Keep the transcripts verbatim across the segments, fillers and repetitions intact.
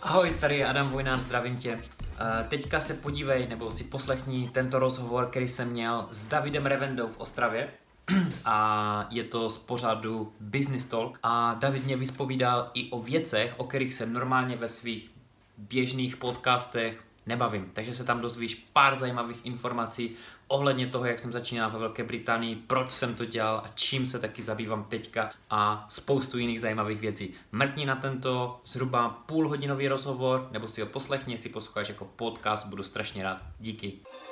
Ahoj, tady je Adam Vojnár, zdravím tě. Teďka se podívej, nebo si poslechni tento rozhovor, který jsem měl s Davidem Revendou v Ostravě. A je to z pořadu Business Talk. A David mě vyspovídal i o věcech, o kterých jsem normálně ve svých běžných podcastech nebavím. Takže se tam dozvíš pár zajímavých informací ohledně toho, jak jsem začínal ve Velké Británii, proč jsem to dělal a čím se taky zabývám teďka a spoustu jiných zajímavých věcí. Mrkni na tento zhruba půlhodinový rozhovor, nebo si ho poslechni, jestli posloucháš jako podcast, budu strašně rád. Díky.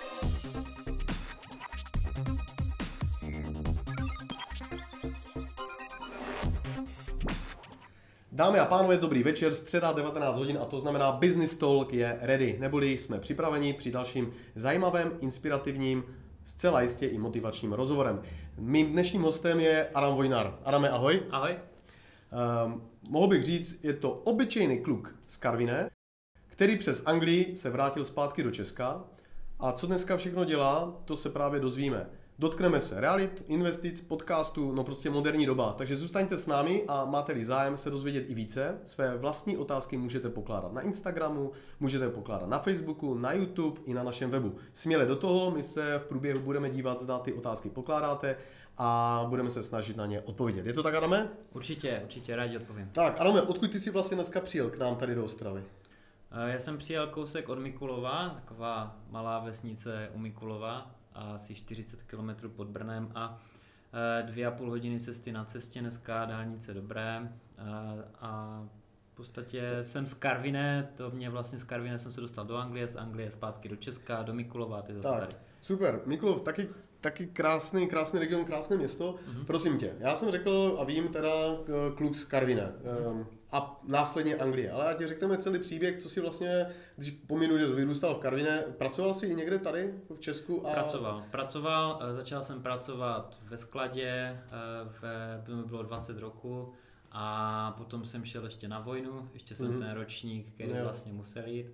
Dámy a pánové, dobrý večer, středa devatenáct hodin a to znamená Business Talk je ready, neboli jsme připraveni při dalším zajímavém, inspirativním, zcela jistě i motivačním rozhovorem. Mým dnešním hostem je Adam Vojnár. Adame, ahoj. Ahoj. Um, mohl bych říct, je to obyčejný kluk z Karviné, který přes Anglii se vrátil zpátky do Česka a co dneska všechno dělá, to se právě dozvíme. Dotkneme se realit, investic, podcastů, no prostě moderní doba. Takže zůstaňte s námi a máte-li zájem se dozvědět i více, své vlastní otázky můžete pokládat na Instagramu, můžete pokládat na Facebooku, na YouTube i na našem webu. Směle do toho, my se v průběhu budeme dívat, zda ty otázky pokládáte a budeme se snažit na ně odpovědět. Je to tak, Adame? Určitě, určitě, rádi odpovím. Tak, Adame, odkud ty jsi vlastně dneska přijel k nám tady do Ostravy? Já jsem přijel kousek od Mikulova, taková malá vesnice u Mikulova, asi čtyřicet kilometrů pod Brnem a dvě a půl hodiny cesty na cestě dneska, dálnice dobré a, a v podstatě jsem z Karviné, to mě vlastně z Karviné jsem se dostal do Anglie, z Anglie zpátky do Česka, do Mikulova, ty zase tak, tady. Super, Mikulov, taky, taky krásný, krásný region, krásné město. Mm-hmm. Prosím tě, já jsem řekl a vím teda kluk z Karviné mm-hmm. a následně Anglie, ale ať řekneme celý příběh, co si vlastně, když pominu, že vyrůstal v Karviné, pracoval jsi i někde tady v Česku? A... Pracoval, pracoval, začal jsem pracovat ve skladě, ve, bylo dvacet roku a potom jsem šel ještě na vojnu, ještě jsem mm-hmm. ten ročník, který no. vlastně musel jít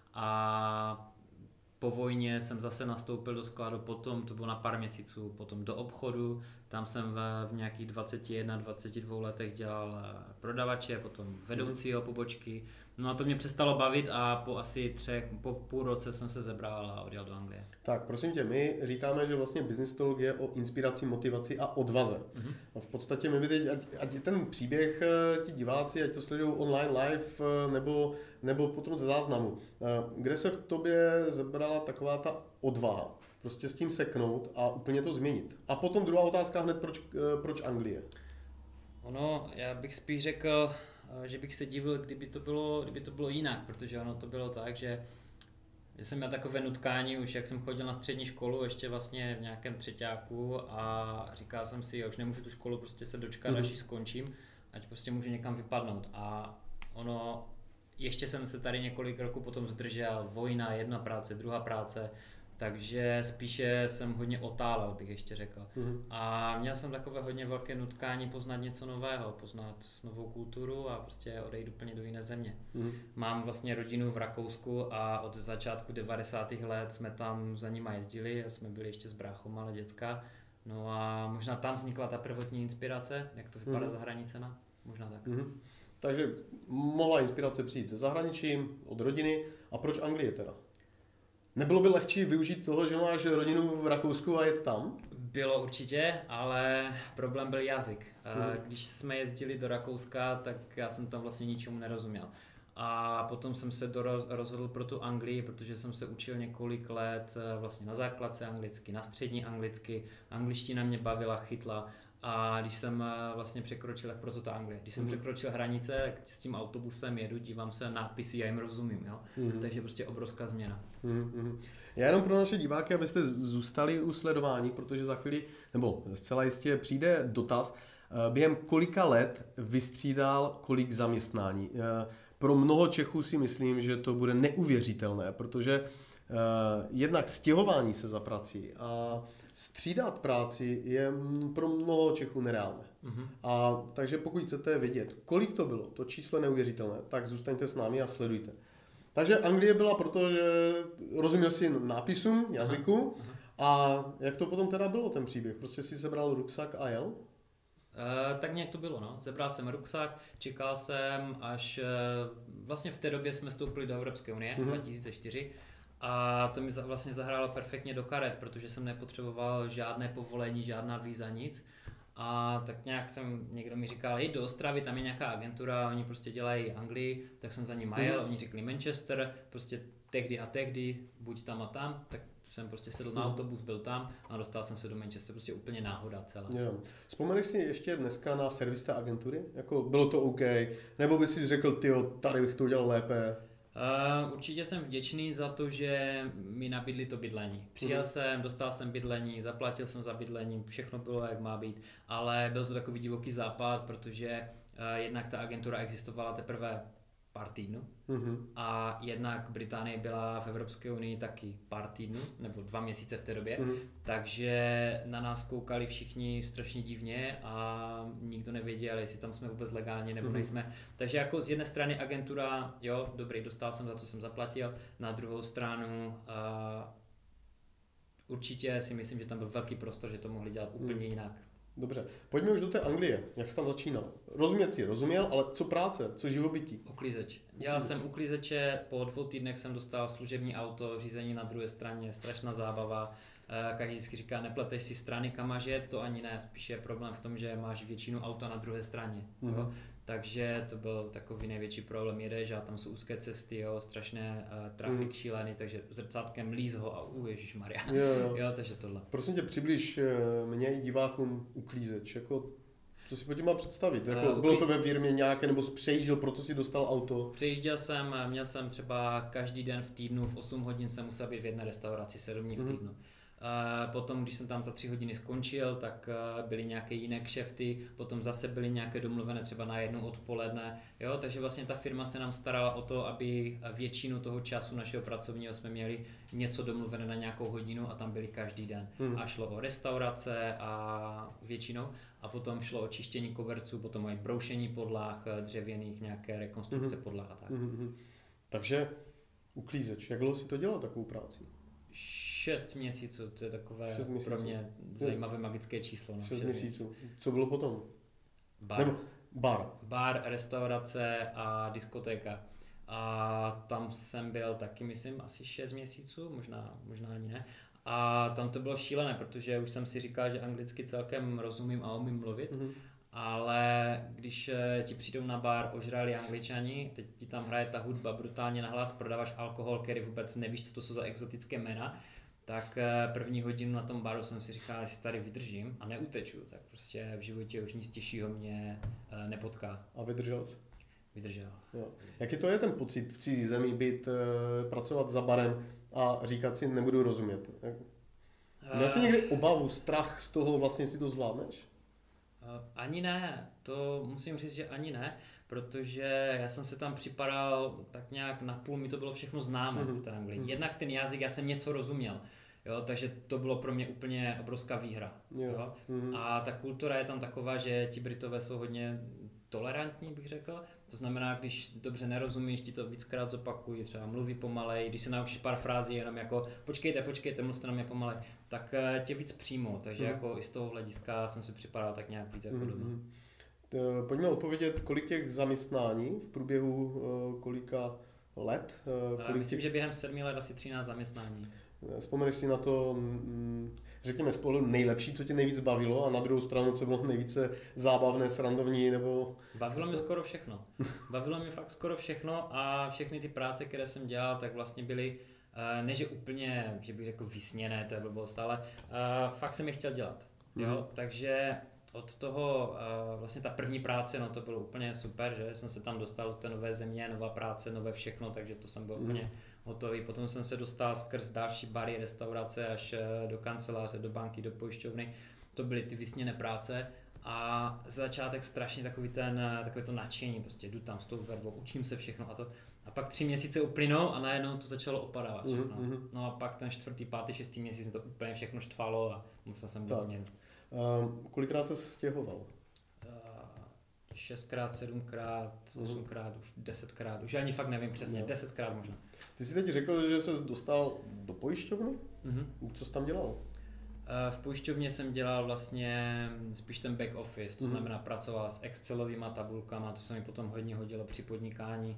a po vojně jsem zase nastoupil do skladu, potom to bylo na pár měsíců, potom do obchodu, tam jsem v, v nějakých dvaceti jedné dvaceti dvou letech dělal prodavače, potom vedoucího pobočky, no a to mě přestalo bavit a po asi třech, po půl roce jsem se zebral a odjel do Anglie. Tak prosím tě, my říkáme, že vlastně Business Talk je o inspiraci, motivaci a odvaze. Mm-hmm. No v podstatě my by teď, ať, ať ten příběh ti diváci, ať to sledují online live nebo, nebo potom ze záznamu, kde se v tobě zebrala taková ta odvaha, prostě s tím seknout a úplně to změnit. A potom druhá otázka hned, proč, proč Anglie? Ono, já bych spíš řekl, že bych se divil, kdyby to bylo, kdyby to bylo jinak, protože ono to bylo tak, že jsem měl takové nutkání už, jak jsem chodil na střední školu, ještě vlastně v nějakém třeťáku a říkal jsem si, já už nemůžu tu školu prostě se dočkat, až ji skončím, ať prostě můžu někam vypadnout. A ono, ještě jsem se tady několik roků potom zdržel, vojna, jedna práce, druhá práce, takže spíše jsem hodně otálel, bych ještě řekl. Mm. A měl jsem takové hodně velké nutkání poznat něco nového, poznat novou kulturu a prostě odejít úplně do jiné země. Mm. Mám vlastně rodinu v Rakousku a od začátku devadesátých let jsme tam za nima jezdili, jsme byli ještě s bráchou malé děcka. No a možná tam vznikla ta prvotní inspirace, jak to vypadá mm. za hranicema, možná tak. Mm. Takže mohla inspirace přijít ze zahraničí, od rodiny. A proč Anglie teda? Nebylo by lehčí využít toho, že máš rodinu v Rakousku a jet tam? Bylo určitě, ale problém byl jazyk. Když jsme jezdili do Rakouska, tak já jsem tam vlastně ničemu nerozuměl. A potom jsem se rozhodl pro tu Anglii, protože jsem se učil několik let vlastně na základce anglicky, na střední anglicky. Angličtina mě bavila, chytla. A když jsem vlastně překročil, tak proto ta Anglie. Když jsem mm. překročil hranice, s tím autobusem jedu, dívám se na nápisy, já jim rozumím, jo? Mm. Takže prostě obrovská změna. Mm. Já jenom pro naše diváky, abyste zůstali u sledování, protože za chvíli, nebo zcela jistě přijde dotaz, během kolika let vystřídal kolik zaměstnání. Pro mnoho Čechů si myslím, že to bude neuvěřitelné, protože jednak stěhování se za prací a střídat práci je pro mnoho Čechů nereálné. Mm-hmm. A takže pokud chcete vědět, kolik to bylo, to číslo je neuvěřitelné, tak zůstaňte s námi a sledujte. Takže Anglie byla proto, že rozuměl si nápisům, jazyku. Aha. A jak to potom teda bylo ten příběh? Prostě si sebral ruksak a jel? Uh, tak nějak to bylo, no. Zebral jsem ruksak, čekal jsem, až uh, vlastně v té době jsme vstoupili do Evropské unie, mm-hmm. dva tisíce čtyři, a to mi za, vlastně zahrálo perfektně do karet, protože jsem nepotřeboval žádné povolení, žádná víza, nic. A tak nějak jsem, někdo mi říkal, jdi do Ostravy, tam je nějaká agentura, oni prostě dělají Anglii, tak jsem za ní majel, mm-hmm. oni řekli Manchester, prostě tehdy a tehdy, buď tam a tam, tak jsem prostě sedl na autobus, byl tam a dostal jsem se do Manchesteru, prostě úplně náhoda celá. Jo. Vzpomeneš si ještě dneska na servis té agentury? Jako bylo to OK? Nebo bys si řekl, tyjo, tady bych to udělal lépe? Uh, určitě jsem vděčný za to, že mi nabídli to bydlení. Přijel mm. jsem, dostal jsem bydlení, zaplatil jsem za bydlení, všechno bylo jak má být, ale byl to takový divoký západ, protože uh, jednak ta agentura existovala teprve pár týdnů mm-hmm. a jednak Británie byla v Evropské unii taky pár týdnů, nebo dva měsíce v té době, mm-hmm. takže na nás koukali všichni strašně divně a nikdo nevěděl, jestli tam jsme vůbec legálně nebo mm-hmm. nejsme. Takže jako z jedné strany agentura, jo, dobrý, dostal jsem za co jsem zaplatil, na druhou stranu uh, určitě si myslím, že tam byl velký prostor, že to mohli dělat úplně mm. jinak. Dobře, pojďme už do té Anglie. Jak jsi tam začínal? Rozumět si, rozuměl, ale co práce, co živobytí? Uklízeč. Dělal jsem uklízeče, po dvou týdnech jsem dostal služební auto, řízení na druhé straně, strašná zábava. Každý vždycky říká, nepleteš si strany, kam máš jet, to ani ne, spíš je problém v tom, že máš většinu auta na druhé straně. Mm-hmm. Jo? Takže to byl takový největší problém, jedeš a tam jsou úzké cesty, jo, strašné uh, trafik mm. šílený, takže zrcátkem líz ho a u ježišmarja. Jo, jo. jo, takže tohle. Prosím tě, přibliž mě i divákům uklízeč, jako co si po tím má představit? Jako, uh, bylo to ve firmě nějaké, nebo jsi přejížděl, proto si dostal auto? Přejížděl jsem, měl jsem třeba každý den v týdnu, v osm hodin jsem musel být v jedné restauraci, sedm dní v týdnu. Mm. Uh, potom, když jsem tam za tři hodiny skončil, tak uh, byly nějaké jiné kšefty, potom zase byly nějaké domluvené třeba na jednu odpoledne, jo, takže vlastně ta firma se nám starala o to, aby většinu toho času našeho pracovního jsme měli něco domluvené na nějakou hodinu a tam byli každý den. Hmm. A šlo o restaurace a většinou a potom šlo o čištění koberců, potom i broušení podlah, dřevěných, nějaké rekonstrukce hmm. podlah a tak. Hmm. Takže uklízeč, jak dlouho si to dělal takovou práci? Šest měsíců, to je takové pro mě zajímavé magické číslo. No, šest, šest měsíců. měsíců. Co bylo potom? Bar. Nebo bar. Bar, restaurace a diskotéka. A tam jsem byl taky, myslím, asi šest měsíců, možná, možná ani ne. A tam to bylo šílené, protože už jsem si říkal, že anglicky celkem rozumím a umím mluvit. Mm-hmm. Ale když ti přijdou na bar ožrali Angličani, teď ti tam hraje ta hudba brutálně nahlas, prodáváš alkohol, který vůbec nevíš, co to jsou za exotické jména, tak první hodinu na tom baru jsem si říkal, že si tady vydržím a neuteču, tak prostě v životě už nic těžšího mě nepotká. A vydržel jsi? Vydržel. Jo. Jaký to je ten pocit v cizí zemi být, pracovat za barem a říkat si nebudu rozumět? Měl jsi někdy obavu, strach z toho, vlastně si to zvládneš? Ani ne, to musím říct, že ani ne, protože já jsem se tam připadal tak nějak napůl, mi to bylo všechno známé mm-hmm. v té Anglii. Jednak ten jazyk, já jsem něco rozuměl, jo, takže to bylo pro mě úplně obrovská výhra. Jo. Jo? Mm-hmm. A ta kultura je tam taková, že ti Britové jsou hodně tolerantní, bych řekl. To znamená, když dobře nerozumíš, ti to víckrát zopakují, třeba mluví pomalej, když se naučíš pár frází jenom jako počkejte, počkejte, mluvte na mě pomalej, tak tě víc přijmou, takže mm. jako i z toho hlediska jsem si připadal tak nějak víc jako mm. doma. Pojďme odpovědět, kolik těch zaměstnání v průběhu kolika let? Kolik Myslím, těch... že během sedmi let asi třináct zaměstnání. Vzpomeneš si na to, řekněme, z pohledu nejlepší, co tě nejvíc bavilo a na druhou stranu, co bylo nejvíce zábavné, srandovní, nebo... Bavilo mě skoro všechno. Bavilo mě fakt skoro všechno a všechny ty práce, které jsem dělal, tak vlastně byly, ne že úplně, že bych řekl vysněné, to je blbost, ale fakt jsem je chtěl dělat. Jo? Mm. Takže od toho, vlastně ta první práce, no to bylo úplně super, že jsem se tam dostal do té nové země, nová práce, nové všechno, takže to jsem byl mm. úplně hotový. Potom jsem se dostal skrz další bary, restaurace až do kanceláře, do banky, do pojišťovny. To byly ty vysněné práce a za začátek strašně takový ten, takové to nadšení, prostě jdu tam s tou vervou, učím se všechno a to. A pak tři měsíce uplynou a najednou to začalo opadávat všechno. Mm-hmm. No a pak ten čtvrtý, pátý, šestý měsíc mi to úplně všechno štvalo a musel jsem dělat změnu. Um, kolikrát se stěhoval? Uh, šestkrát, sedmkrát, osmkrát, už desetkrát, už ani fakt nevím přesně, no. desetkrát možná. Ty jsi teď řekl, že jsi dostal do pojišťovny? Mm-hmm. Co jsi tam dělal? V pojišťovně jsem dělal vlastně spíš ten back office, to znamená pracoval s Excelovými tabulkama, to se mi potom hodně hodilo při podnikání.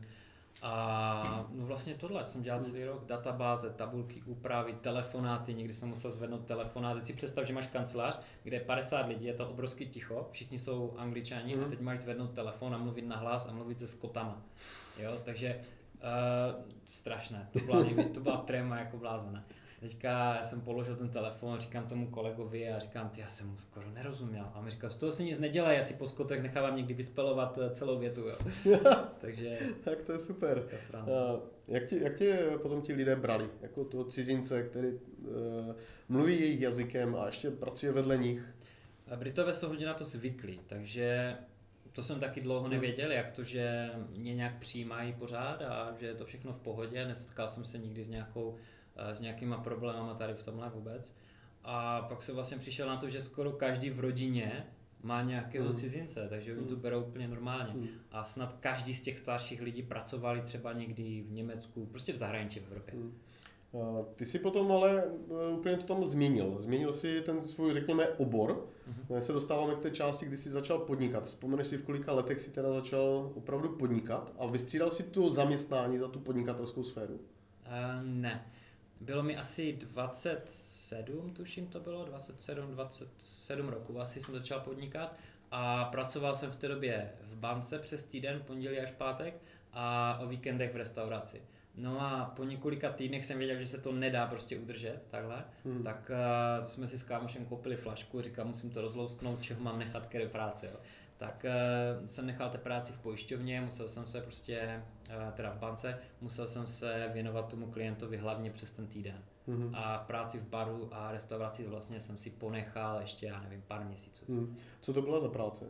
A no vlastně tohle jsem dělal celý rok, databáze, tabulky, úpravy, telefonáty, někdy jsem musel zvednout telefonát. Teď si představ, že máš kancelář, kde je padesát lidí, je to obrovský ticho, všichni jsou Angličani mm. a teď máš zvednout telefon a mluvit nahlas a mluvit se s kotama. Jo, takže uh, strašné, to byla, to byla tréma jako blázená. Teďka já jsem položil ten telefon, říkám tomu kolegovi a říkám, ty, já jsem mu skoro nerozuměl. A on mi říkal, z toho si nic nedělej, já si po skotech nechávám někdy vyspelovat celou větu. Jo. Takže tak to je super. Uh, jak, tě, jak tě potom ti lidé brali? Jako toho cizince, který uh, mluví jejich jazykem a ještě pracuje vedle nich? Britové jsou hodně na to zvyklí, takže to jsem taky dlouho nevěděl, jak to, že mě nějak přijímají pořád a že je to všechno v pohodě. Nesetkal jsem se nikdy s nějakou s nějakýma problémama tady v tomhle vůbec. A pak jsem vlastně přišel na to, že skoro každý v rodině má nějakého mm. cizince, takže oni to berou úplně normálně. Mm. A snad každý z těch starších lidí pracovali třeba někdy v Německu, prostě v zahraničí v Evropě. Mm. Ty jsi potom ale úplně to tam změnil. Změnil si ten svůj, řekněme, obor. Mm-hmm. Se dostáváme k té části, kdy jsi začal podnikat. Vzpomeneš si, v kolika letech jsi teda začal opravdu podnikat a vystřídal si to zaměstnání za tu podnikatelskou sféru? Uh, ne. Bylo mi asi dvacet sedm, tuším to bylo, dvacet sedm, dvacet sedm roku asi jsem začal podnikat a pracoval jsem v té době v bance přes týden, pondělí až pátek a o víkendech v restauraci. No a po několika týdnech jsem věděl, že se to nedá prostě udržet takhle, hmm. tak uh, jsme si s kámošem koupili flašku, říkal, musím to rozlousknout, čeho mám nechat které práce. Jo. Tak uh, jsem nechal té práci v pojišťovně, musel jsem se prostě, uh, teda v bance, musel jsem se věnovat tomu klientovi hlavně přes ten týden. Mm-hmm. A práci v baru a restauraci vlastně jsem si ponechal ještě, já nevím, pár měsíců. Mm. Co to byla za práce?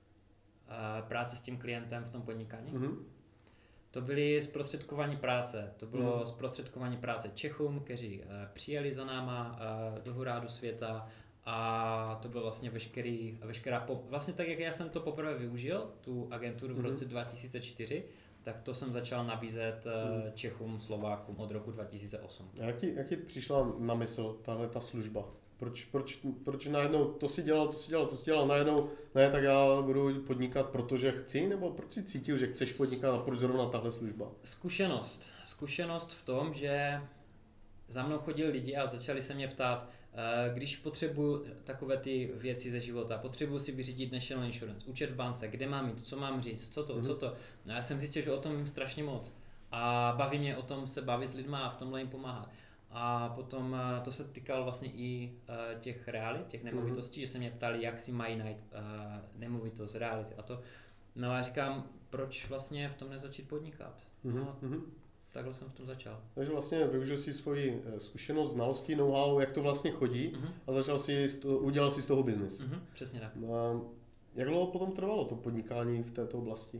Uh, práce s tím klientem v tom podnikání. Mm-hmm. To byly zprostředkování práce. To bylo mm. zprostředkování práce Čechům, kteří uh, přijeli za náma uh, do hurá do světa. A to bylo vlastně veškerý, veškerá, po, vlastně tak, jak já jsem to poprvé využil, tu agenturu v roce dva tisíce čtyři, tak to jsem začal nabízet mm. Čechům, Slovákům od roku dva tisíce osm. A jak ti, jak ti přišla na mysl tahle ta služba? Proč, proč, proč najednou to si dělal, to si dělal, to si dělal, najednou ne, tak já budu podnikat, protože chci, nebo proč si cítil, že chceš podnikat a proč zrovna tahle služba? Zkušenost. Zkušenost v tom, že za mnou chodili lidi a začali se mě ptát, když potřebuju takové ty věci ze života, potřebuju si vyřídit National Insurance, účet v bance, kde mám jít, co mám říct, co to, mm-hmm. co to. No já jsem zjistil, že o tom vím strašně moc a baví mě o tom se bavit s lidma a v tomhle jim pomáhat. A potom to se týkalo vlastně i těch realit, těch nemovitostí, mm-hmm. že se mě ptali, jak si mají najít nemovitost, reality a to. No a říkám, proč vlastně v tom nezačít podnikat. No, mm-hmm. takhle jsem v tom začal. Takže vlastně využil si svoji zkušenost, znalosti, know-how, jak to vlastně chodí mm-hmm. a začal si, udělal si z toho biznis. Mm-hmm, přesně tak. No, jak dlouho potom trvalo to podnikání v této oblasti?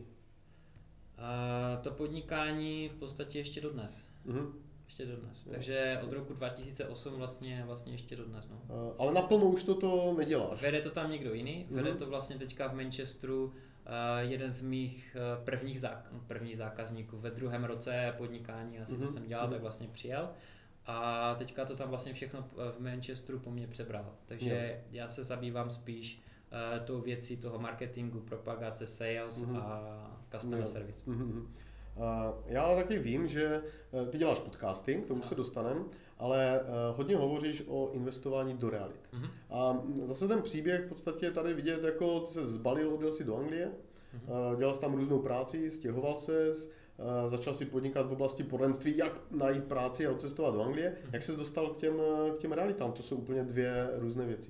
Uh, to podnikání v podstatě ještě dodnes. Mm-hmm. Ještě dodnes. Takže od roku dva tisíce osm vlastně, vlastně ještě dodnes. No. Uh, ale naplno už toto neděláš? Vede to tam někdo jiný, vede mm-hmm. to vlastně teďka v Manchesteru. Uh, jeden z mých uh, prvních, zák- prvních zákazníků ve druhém roce podnikání, asi mm-hmm. co jsem dělal, mm-hmm. tak vlastně přijel a teďka to tam vlastně všechno v Manchesteru po mně přebral, takže mm. já se zabývám spíš uh, tou věcí toho marketingu, propagace, sales mm-hmm. a customer mm. service. Mm-hmm. Uh, já ale taky vím, že uh, ty děláš podcasting, k tomu no. se dostaneme, ale uh, hodně hovoříš o investování do realit. Mm-hmm. A zase ten příběh v podstatě tady vidět, jako ty se zbalil, odjel si do Anglie, mm-hmm. uh, dělal jsi tam různou práci, stěhoval ses, uh, začal si podnikat v oblasti poradenství, jak najít práci a odcestovat do Anglie. Mm-hmm. Jak ses dostal k těm, k těm realitám? To jsou úplně dvě různé věci.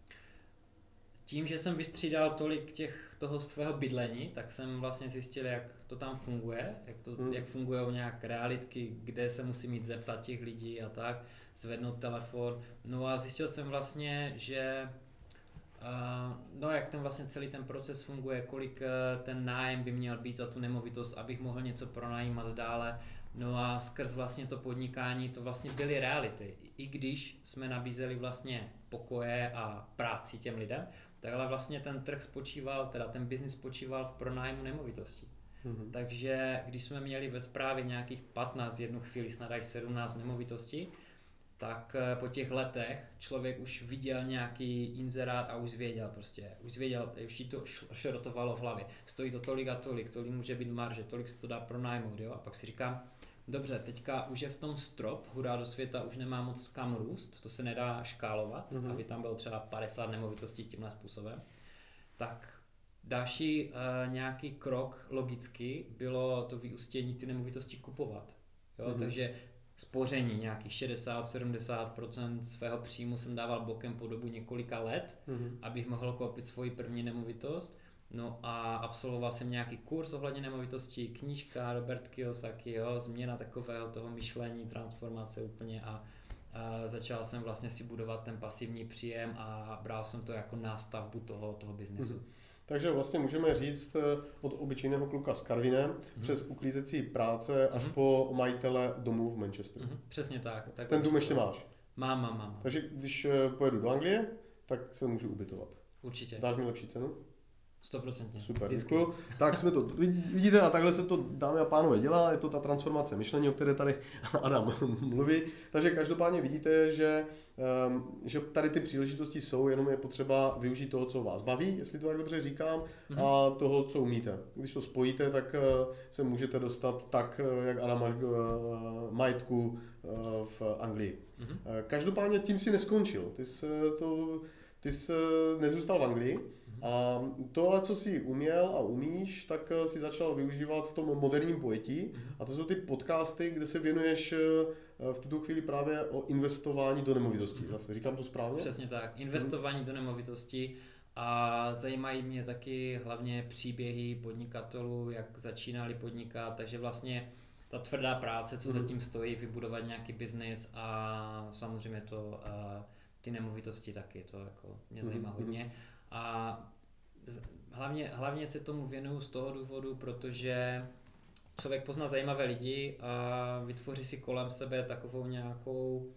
Tím, že jsem vystřídal tolik těch, toho svého bydlení, tak jsem vlastně zjistil, jak to tam funguje, jak, to, hmm. jak fungují nějak realitky, kde se musím jít zeptat těch lidí a tak, zvednout telefon. No a zjistil jsem vlastně, že uh, no jak ten vlastně celý ten proces funguje, kolik uh, ten nájem by měl být za tu nemovitost, abych mohl něco pronajímat dále. No a skrz vlastně to podnikání to vlastně byly reality. I když jsme nabízeli vlastně pokoje a práci těm lidem, tak ale vlastně ten trh spočíval, teda ten biznis spočíval v pronájmu nemovitostí. Mm-hmm. Takže když jsme měli ve správě nějakých patnáct, jednu chvíli snad až sedmnáct nemovitostí, tak po těch letech člověk už viděl nějaký inzerát a už věděl prostě, už věděl, už jí to šrotovalo v hlavě. Stojí to tolik a tolik, tolik může být marže, tolik se to dá pronajmout, jo? A pak si říkám, dobře, teďka už je v tom strop, hurá do světa, už nemá moc kam růst, to se nedá škálovat, mm-hmm. aby tam bylo třeba padesát nemovitostí tímhle způsobem. Tak další uh, nějaký krok logicky bylo to vyústění ty nemovitosti kupovat. Jo? Mm-hmm. Takže spoření, nějakých šedesát až sedmdesát procent svého příjmu jsem dával bokem po dobu několika let, mm-hmm. abych mohl koupit svoji první nemovitost. No a absolvoval jsem nějaký kurz ohledně nemovitostí, knížka Robert Kiyosaki, jo, změna takového toho myšlení, transformace úplně a, a začal jsem vlastně si budovat ten pasivní příjem a bral jsem to jako nástavbu toho, toho biznesu. Mm-hmm. Takže vlastně můžeme říct od obyčejného kluka s Karvinem mm-hmm. přes uklízecí práce až mm-hmm. po majitele domů v Manchesteru. Mm-hmm. Přesně tak. tak ten dům ještě máš? Mám, mám, mám. Takže když pojedu do Anglie, tak se můžu ubytovat. Určitě. Dáš mi lepší cenu? sto procent. Super, děkuji. Tak jsme to, vidíte, a takhle se to, dámy a pánové, dělá, je to ta transformace myšlení, o které tady Adam mluví. Takže každopádně vidíte, že, um, že tady ty příležitosti jsou, jenom je potřeba využít toho, co vás baví, jestli to tak dobře říkám, mm-hmm. a toho, co umíte. Když to spojíte, tak uh, se můžete dostat tak, jak Adam máš uh, majetku uh, v Anglii. Mm-hmm. Uh, každopádně tím si neskončil. Ty jsi, to, ty jsi nezůstal v Anglii. A to ale, co jsi uměl a umíš, tak si začal využívat v tom moderním pojetí. A to jsou ty podcasty, kde se věnuješ v tuto chvíli právě o investování do nemovitostí. Zase říkám to správně? Přesně tak. Investování hmm. do nemovitostí a zajímají mě taky hlavně příběhy podnikatelů, jak začínali podnikat. Takže vlastně ta tvrdá práce, co hmm. zatím stojí, vybudovat nějaký biznis a samozřejmě to a ty nemovitosti taky. To jako mě zajímá hmm. hodně. A hlavně, hlavně se tomu věnuju z toho důvodu, protože člověk pozná zajímavé lidi a vytvoří si kolem sebe takovou nějakou,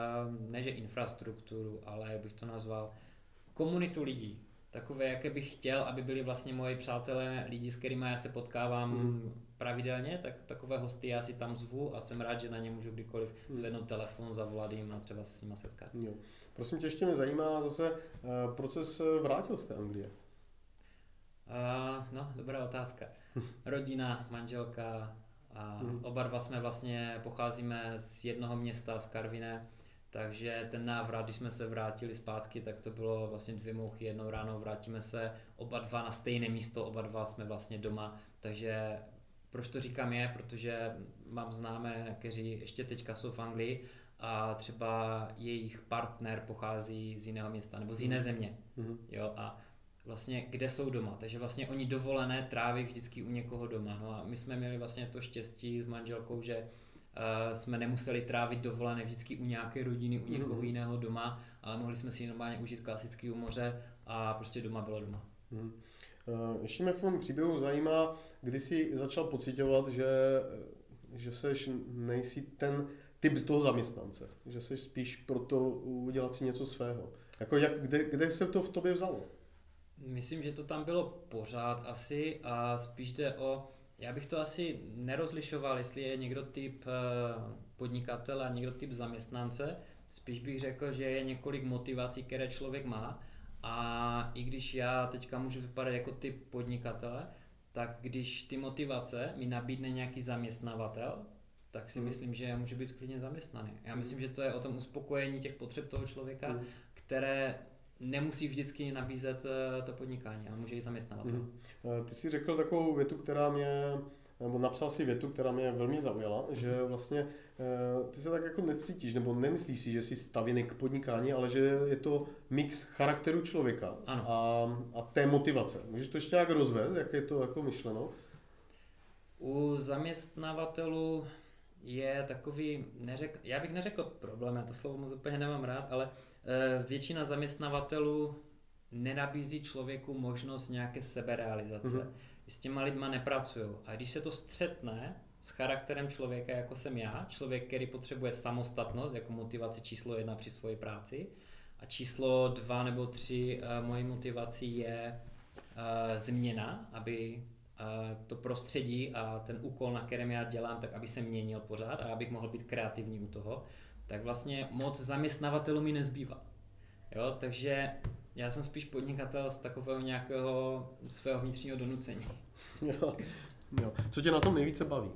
ne že infrastrukturu, ale jak bych to nazval, komunitu lidí. Takové, jaké bych chtěl, aby byli vlastně moji přátelé, lidi, s kterými já se potkávám mm. pravidelně, tak takové hosty já si tam zvu a jsem rád, že na ně můžu kdykoliv mm. zvednout telefon, zavolat jim a třeba se s nimi setkat. Jo. Prosím tě, ještě mě zajímá zase uh, proces vrátil z té Anglie. Uh, no, dobrá otázka. Rodina, manželka a mm. oba dva jsme vlastně, pocházíme z jednoho města, z Karviné, takže ten návrat, když jsme se vrátili zpátky, tak to bylo vlastně dvě mouchy jednou ráno, vrátíme se oba dva na stejné místo, oba dva jsme vlastně doma, takže proč to říkám je, protože mám známé, kteří ještě teďka jsou v Anglii a třeba jejich partner pochází z jiného města nebo z jiné země, mm-hmm. jo, a vlastně kde jsou doma, takže vlastně oni dovolené tráví vždycky u někoho doma, no a my jsme měli vlastně to štěstí s manželkou, že Uh, jsme nemuseli trávit dovolené vždycky u nějaké rodiny, u někoho mm. jiného doma, ale mohli jsme si normálně užít klasický u moře a prostě doma bylo doma. Mm. Uh, ještě mě v tom příběhu zajímá, kdy jsi začal pocitovat, že, že seš nejsi ten typ z toho zaměstnance, že seš spíš proto udělat si něco svého. Jako jak, kde, kde se to v tobě vzalo? Myslím, že to tam bylo pořád asi a spíš jde o Já bych to asi nerozlišoval, jestli je někdo typ podnikatele a někdo typ zaměstnance. Spíš bych řekl, že je několik motivací, které člověk má. A i když já teďka můžu vypadat jako typ podnikatele, tak když ty motivace mi nabídne nějaký zaměstnavatel, tak si mm. myslím, že já můžu být klidně zaměstnaný. Já myslím, že to je o tom uspokojení těch potřeb toho člověka, mm. které nemusí vždycky nabízet to podnikání, ale může i zaměstnávat. Mm. Ty jsi řekl takovou větu, která mě, nebo napsal si větu, která mě velmi zaujala, mm. že vlastně ty se tak jako necítíš, nebo nemyslíš si, že jsi stavěný k podnikání, ale že je to mix charakteru člověka a, a té motivace. Můžeš to ještě jak rozvést, jak je to jako myšleno? U zaměstnavatelů je takový, neřek, já bych neřekl problém, já to slovo moc úplně nemám rád, ale e, většina zaměstnavatelů nenabízí člověku možnost nějaké seberealizace. Mm-hmm. S těma lidma nepracují. A když se to střetne s charakterem člověka, jako jsem já, člověk, který potřebuje samostatnost jako motivaci číslo jedna při své práci a číslo dva nebo tři e, mojí motivací je e, změna, aby to prostředí a ten úkol, na kterém já dělám, tak aby se měnil pořád a abych mohl být kreativní u toho, tak vlastně moc zaměstnavatelů mi nezbývá. Jo, takže já jsem spíš podnikatel z takového nějakého svého vnitřního donucení. Jo, jo. Co tě na tom nejvíce baví?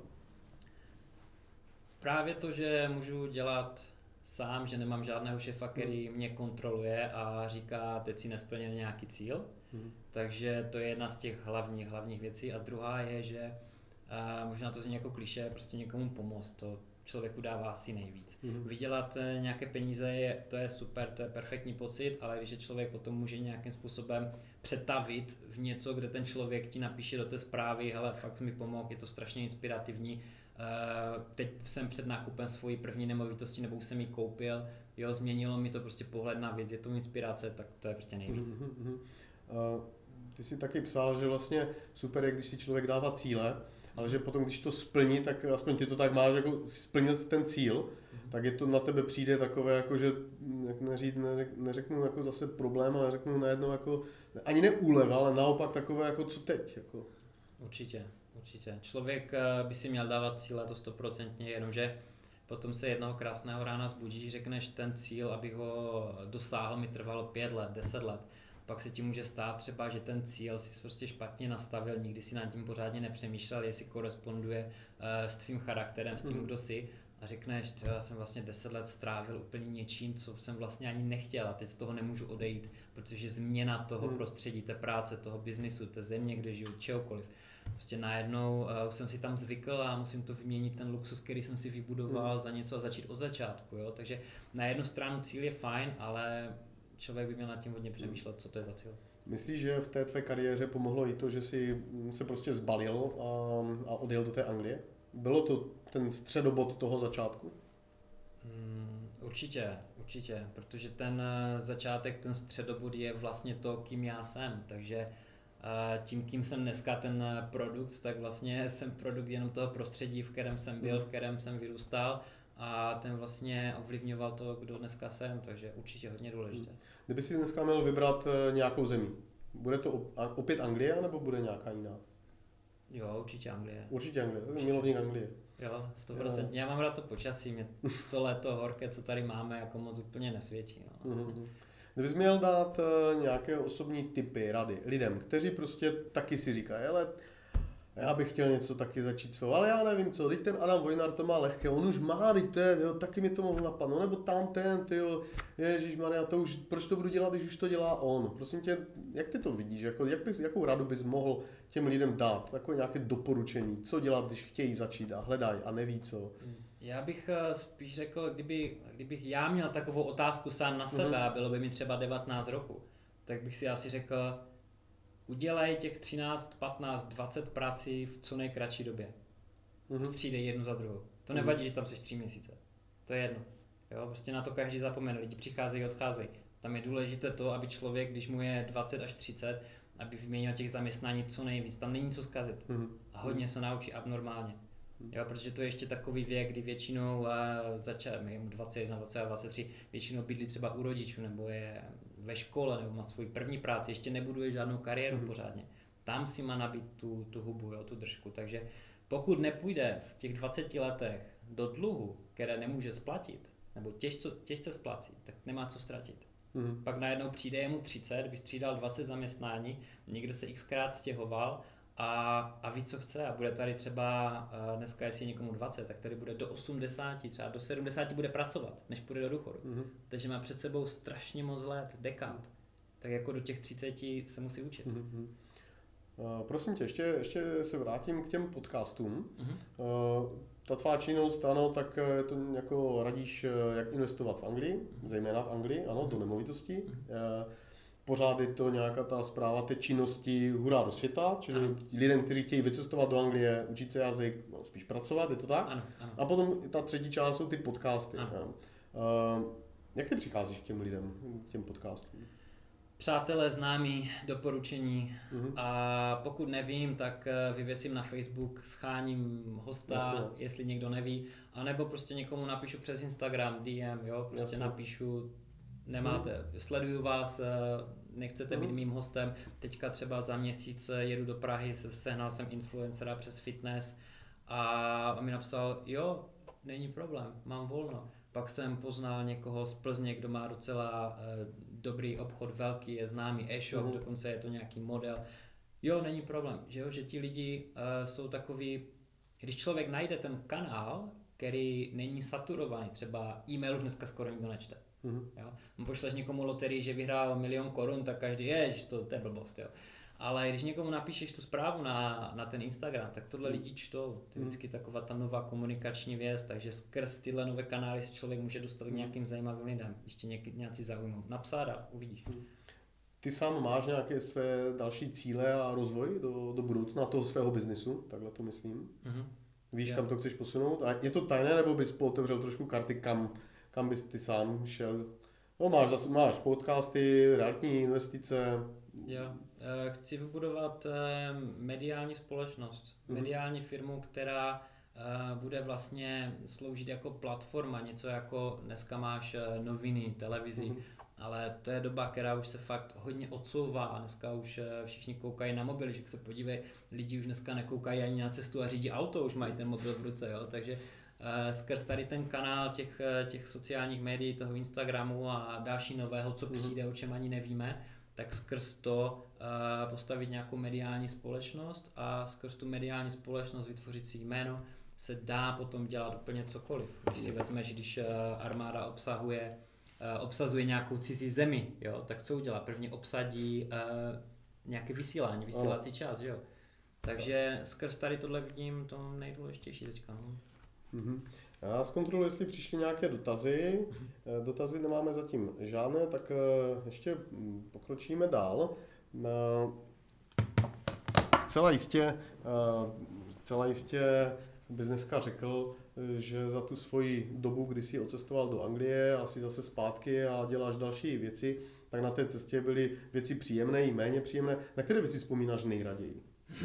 Právě to, že můžu dělat sám, že nemám žádného šefa, který mě kontroluje a říká, teď si nesplnil nějaký cíl. Hmm. Takže to je jedna z těch hlavních, hlavních věcí. A druhá je, že a možná to zní jako klišé, prostě někomu pomoct. To člověku dává asi nejvíc. Hmm. Vydělat nějaké peníze, je, to je super, to je perfektní pocit, ale když je člověk potom může nějakým způsobem přetavit v něco, kde ten člověk ti napíše do té zprávy, hele, fakt mi pomohl, je to strašně inspirativní. Uh, teď jsem před nákupem svojí první nemovitosti, nebo už jsem ji koupil, jo, změnilo mi to prostě pohled na věc, je to inspirace, tak to je prostě nejvíc. Mm-hmm. Uh, ty jsi taky psal, že vlastně super je, když si člověk dává cíle, ale že potom, když to splní, tak aspoň ty to tak máš, jako splnil jsi ten cíl, mm-hmm. tak je to na tebe přijde takové, jako že, jak neříct, neřek, neřeknu jako zase problém, ale řeknu najednou jako, ani ne úleva, ale naopak takové, jako co teď, jako. Určitě. Určitě. Člověk by si měl dávat cíle, to stoprocentně, jenomže potom se jednoho krásného rána zbudíš, řekneš ten cíl, abych ho dosáhl, mi trvalo pět let, deset let. Pak se ti může stát třeba, že ten cíl si prostě špatně nastavil, nikdy si nad tím pořádně nepřemýšlel, jestli koresponduje s tvým charakterem, s tím, kdo jsi. A řekneš, že já jsem vlastně deset let strávil úplně něčím, co jsem vlastně ani nechtěl a teď z toho nemůžu odejít, protože změna toho prostředí, té práce, toho biznisu, té země, kde žiju, čehokoliv. Prostě najednou uh, už jsem si tam zvykl a musím to vyměnit ten luxus, který jsem si vybudoval hmm. za něco a začít od začátku. Jo? Takže na jednu stranu cíl je fajn, ale člověk by měl nad tím hodně přemýšlet, co to je za cíl. Myslíš, že v té tvé kariéře pomohlo i to, že jsi se prostě zbalil a, a odjel do té Anglie? Bylo to ten středobod toho začátku? Hmm, určitě, určitě, protože ten začátek, ten středobod je vlastně to, kým já jsem, takže tím, kým jsem dneska ten produkt, tak vlastně jsem produkt jenom toho prostředí, v kterém jsem byl, v kterém jsem vyrůstal a ten vlastně ovlivňoval to, kdo dneska jsem, takže určitě hodně důležité. Kdyby si dneska měl vybrat nějakou zemi, bude to opět Anglie, nebo bude nějaká jiná? Jo, určitě Anglie. Určitě Anglie, určitě. Milovník Anglie. Jo, sto procent. Já mám rád to počasí, mě to léto horké, co tady máme, jako moc úplně nesvědčí. No. Mm-hmm. Kdybys měl dát uh, nějaké osobní tipy, rady lidem, kteří prostě taky si říkají, ale já bych chtěl něco taky začít svého, ale já nevím co, teď ten Adam Vojnar to má lehké, on už má, teď ten, jo, taky mi to mohlo napadnout, nebo tam ten, tyjo, ježišmarja, to už, proč to budu dělat, když už to dělá on, prosím tě, jak ty to vidíš, jako, jak bys, jakou radu bys mohl těm lidem dát, takové nějaké doporučení, co dělat, když chtějí začít a hledají a neví co. Já bych spíš řekl, kdyby, kdybych já měl takovou otázku sám na sebe a bylo by mi třeba devatenáct roku, tak bych si asi řekl, udělej těch třináct, patnáct, dvacet prací v co nejkratší době. A střídej jednu za druhou. To nevadí, že tam seš tři měsíce. To je jedno. Jo, prostě na to každý zapomene, lidi přicházejí, odcházejí. Tam je důležité to, aby člověk, když mu je dvacet až třicet, aby vyměnil těch zaměstnání co nejvíc. Tam není co zkazit. A hodně se naučí abnormálně. Jo, protože to je ještě takový věk, kdy většinou začal, dvacet jedna, dvacet, dvacet tři, většinou bydlí třeba u rodičů, nebo je ve škole, nebo má svoji první práci, ještě nebuduje žádnou kariéru mm. pořádně. Tam si má nabít tu, tu hubu, jo, tu držku. Takže pokud nepůjde v těch dvaceti letech do dluhu, které nemůže splatit, nebo těžce, těžce splatí, tak nemá co ztratit. Mm. Pak najednou přijde jemu třicet, vystřídal dvacet zaměstnání, někde se xkrát stěhoval, A, a ví, co chce a bude tady třeba, dneska jestli je někomu dvacet, tak tady bude do osmdesáti, třeba do sedmdesáti bude pracovat, než půjde do důchodu. Mm-hmm. Takže má před sebou strašně moc let, dekád. Tak jako do těch třiceti se musí učit. Mm-hmm. Uh, prosím tě, ještě, ještě se vrátím k těm podcastům. Mm-hmm. Uh, ta tvá činnost, ano, tak to jako radíš, jak investovat v Anglii, mm-hmm. zejména v Anglii, ano, do nemovitostí. Mm-hmm. Uh, Pořád je to nějaká ta zpráva té činnosti hurá do světa, čili ano. lidem, kteří chtějí vycestovat do Anglie, učit se jazyk, no, spíš pracovat, je to tak? Ano, ano. A potom ta třetí část jsou ty podcasty. Uh, jak ty přicházíš k těm lidem, k těm podcastům? Přátelé, známí, doporučení uh-huh. a pokud nevím, tak vyvěsím na Facebook, scháním hosta, Jasně. jestli někdo neví, anebo prostě někomu napíšu přes Instagram, D M, jo, prostě Jasně. napíšu, nemáte, hmm. sleduju vás, nechcete být mým hostem, teďka třeba za měsíc jedu do Prahy, sehnal jsem influencera přes fitness a mi napsal, jo, není problém, mám volno. Pak jsem poznal někoho z Plzně, kdo má docela uh, dobrý obchod, velký, je známý e-shop, mm. dokonce je to nějaký model. Jo, není problém, že jo, že ti lidi uh, jsou takový, když člověk najde ten kanál, který není saturovaný, třeba e-mail už dneska skoro nikdo nečte. Mm. Jo? Pošleš někomu loterii, že vyhrál milion korun, tak každý je, že to, to je blbost. Jo? Ale když někomu napíšeš tu zprávu na, na ten Instagram, tak tohle lidi čtou. To je vždycky taková ta nová komunikační věc, takže skrz tyhle nové kanály se člověk může dostat k nějakým zajímavým lidem, ještě něk, nějací zaujmou. Napsat a uvidíš. Ty sám máš nějaké své další cíle a rozvoj do, do budoucna toho svého biznisu, takhle to myslím. Mm-hmm. Víš, yeah. kam to chceš posunout? A je to tajné, nebo bys otevřel trošku karty, kam, kam bys ty sám šel? No máš zase, máš podcasty, realitní investice. Jo, chci vybudovat mediální společnost, mm-hmm. mediální firmu, která bude vlastně sloužit jako platforma, něco jako dneska máš noviny, televizi, mm-hmm. ale to je doba, která už se fakt hodně odsouvá a dneska už všichni koukají na mobily, že se podívej, lidi už dneska nekoukají ani na cestu a řídí auto, už mají ten mobil v ruce, jo, takže skrz tady ten kanál těch, těch sociálních médií, toho Instagramu a další nového, co přijde, o čem ani nevíme, tak skrz to uh, postavit nějakou mediální společnost a skrz tu mediální společnost vytvořit si jméno se dá potom dělat úplně cokoliv. Když si vezmeš, když uh, armáda obsahuje, uh, obsazuje nějakou cizí zemi, jo, tak co udělá? Prvně obsadí uh, nějaké vysílání, vysílací čas, jo. Takže skrz tady tohle vidím to nejdůležitější teďka. No. Mm-hmm. Já zkontroluji, jestli přišly nějaké dotazy. Dotazy nemáme zatím žádné, tak ještě pokročíme dál. Zcela jistě, zcela jistě bys dneska řekl, že za tu svoji dobu, kdy jsi odcestoval do Anglie, asi zase zpátky a děláš další věci, tak na té cestě byly věci příjemné i méně příjemné. Na které věci vzpomínáš nejraději?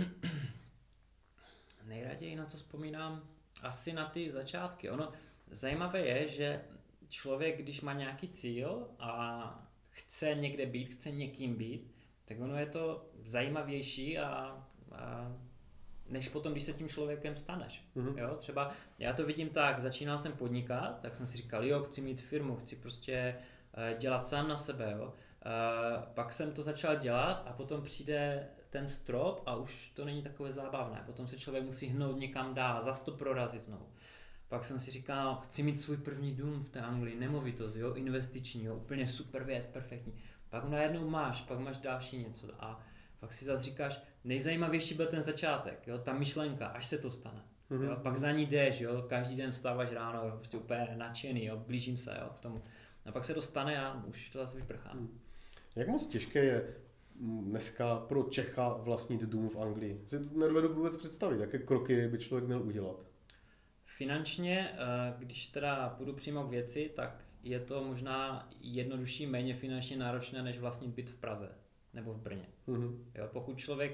Nejraději, na co vzpomínám? Asi na ty začátky. Ono zajímavé je, že člověk, když má nějaký cíl a chce někde být, chce někým být, tak ono je to zajímavější a, a než potom, když se tím člověkem staneš. Mm-hmm. Jo? Třeba já to vidím tak, začínal jsem podnikat, tak jsem si říkal, jo, chci mít firmu, chci prostě dělat sám na sebe. Jo? Pak jsem to začal dělat a potom přijde ten strop a už to není takové zábavné. Potom se člověk musí hnout někam dál, zas to prorazit znovu. Pak jsem si říkal, chci mít svůj první dům v té Anglii, nemovitost, jo, investiční, jo, úplně super věc, perfektní. Pak najednou máš, pak máš další něco a pak si zase říkáš, nejzajímavější byl ten začátek, jo, ta myšlenka, až se to stane. Mm-hmm. Jo, pak za ní jdeš, jo, každý den vstáváš ráno, jo, prostě úplně nadšený, jo, blížím se, jo, k tomu. A pak se to stane a už to zase vyprchá. Mm. Jak moc těžké je dneska pro Čecha vlastnit dům v Anglii? Si to nedovedu vůbec představit, jaké kroky by člověk měl udělat? Finančně, když teda půjdu přímo k věci, tak je to možná jednodušší, méně finančně náročné, než vlastnit byt v Praze nebo v Brně. Mm-hmm. Jo, pokud člověk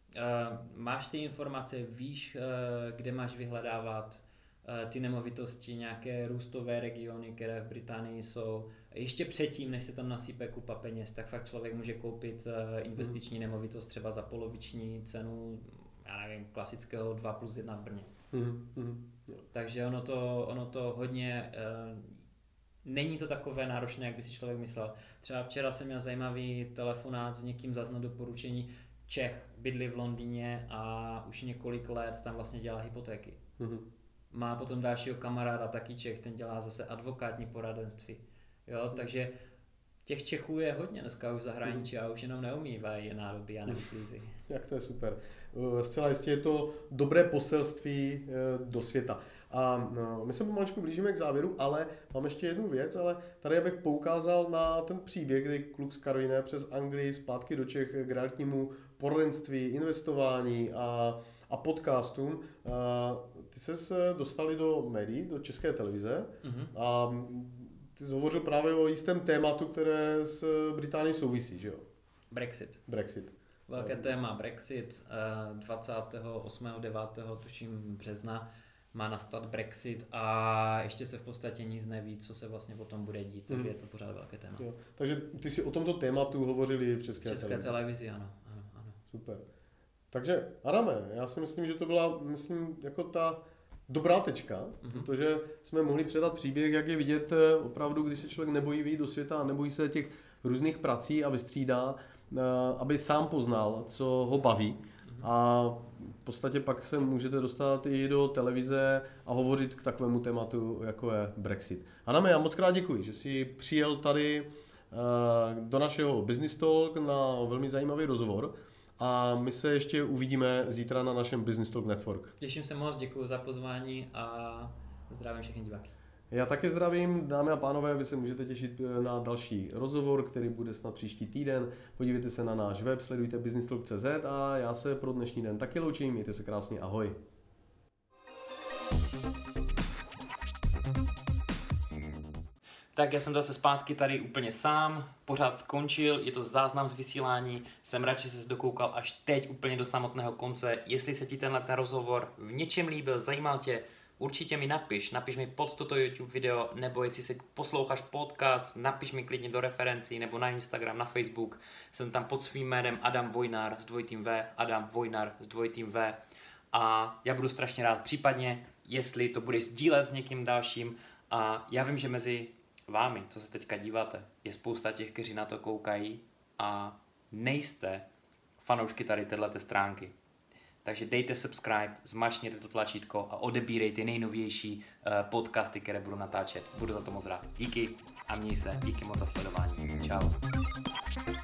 máš ty informace, víš, kde máš vyhledávat ty nemovitosti, nějaké růstové regiony, které v Británii jsou. Ještě předtím, než se tam nasype kupa peněz, tak fakt člověk může koupit investiční nemovitost třeba za poloviční cenu, já nevím, klasického dva plus jedna v Brně. Mm-hmm. Takže ono to, ono to hodně, uh, není to takové náročné, jak by si člověk myslel. Třeba včera jsem měl zajímavý telefonát s někým zas na doporučení. Čech bydlí v Londýně a už několik let tam vlastně dělá hypotéky. Mm-hmm. Má potom dalšího kamaráda, taky Čech, ten dělá zase advokátní poradenství. Jo, takže těch Čechů je hodně dneska už v zahraničí a už jenom neumývají nádoby a nevyklízejí. Jak to je super. Zcela jistě je to dobré poselství do světa. A no, my se pomaličku blížíme k závěru, ale mám ještě jednu věc, ale tady bych poukázal na ten příběh, kdy kluk z Karviné přes Anglii zpátky do Čech k realitnímu poradenství, investování a, a podcastům. A ty ses dostali do médií, do České televize mm-hmm. a ty jsi hovořil právě o jistém tématu, které s Británií souvisí, že jo? Brexit. Brexit. Velké téma Brexit. dvacátého osmého devátého tuším března má nastat Brexit a ještě se v podstatě nic neví, co se vlastně potom bude dít, takže mm. je to pořád velké téma. Jo. Takže ty si o tomto tématu hovořili v České, České televizi. televizi, ano, ano, ano. Super. Takže Adame, já si myslím, že to byla, myslím, jako ta dobrá tečka, mm-hmm. protože jsme mohli předat příběh, jak je vidět opravdu, když se člověk nebojí vyjít do světa a nebojí se těch různých prací a vystřídá, aby sám poznal, co ho baví. A v podstatě pak se můžete dostat i do televize a hovořit k takovému tématu, jako je Brexit. Adame, já moc krát děkuji, že jsi přijel tady do našeho Business Talk na velmi zajímavý rozhovor a my se ještě uvidíme zítra na našem Business Talk Network. Těším se moc, děkuji za pozvání a zdravím všechny diváky. Já také zdravím, dámy a pánové, vy se můžete těšit na další rozhovor, který bude snad příští týden. Podívejte se na náš web, sledujte business talk tečka cé zet a já se pro dnešní den taky loučím, mějte se krásně, ahoj. Tak já jsem zase zpátky tady úplně sám, pořád skončil, je to záznam z vysílání, jsem rád, že ses dokoukal až teď úplně do samotného konce. Jestli se ti tenhle ten rozhovor v něčem líbil, zajímal tě, určitě mi napiš, napiš mi pod toto YouTube video, nebo jestli se posloucháš podcast, napiš mi klidně do referencí, nebo na Instagram, na Facebook, jsem tam pod svým jménem Adam Vojnar s dvojitým V, Adam Vojnar s dvojitým V a já budu strašně rád, případně, jestli to budeš sdílet s někým dalším a já vím, že mezi vámi, co se teďka díváte, je spousta těch, kteří na to koukají a nejste fanoušky tady téhleté stránky. Takže dejte subscribe, zmačkněte to tlačítko a odebírejte nejnovější uh, podcasty, které budu natáčet. Budu za to moc rád. Díky a měj se. Díky moc za sledování. Čau.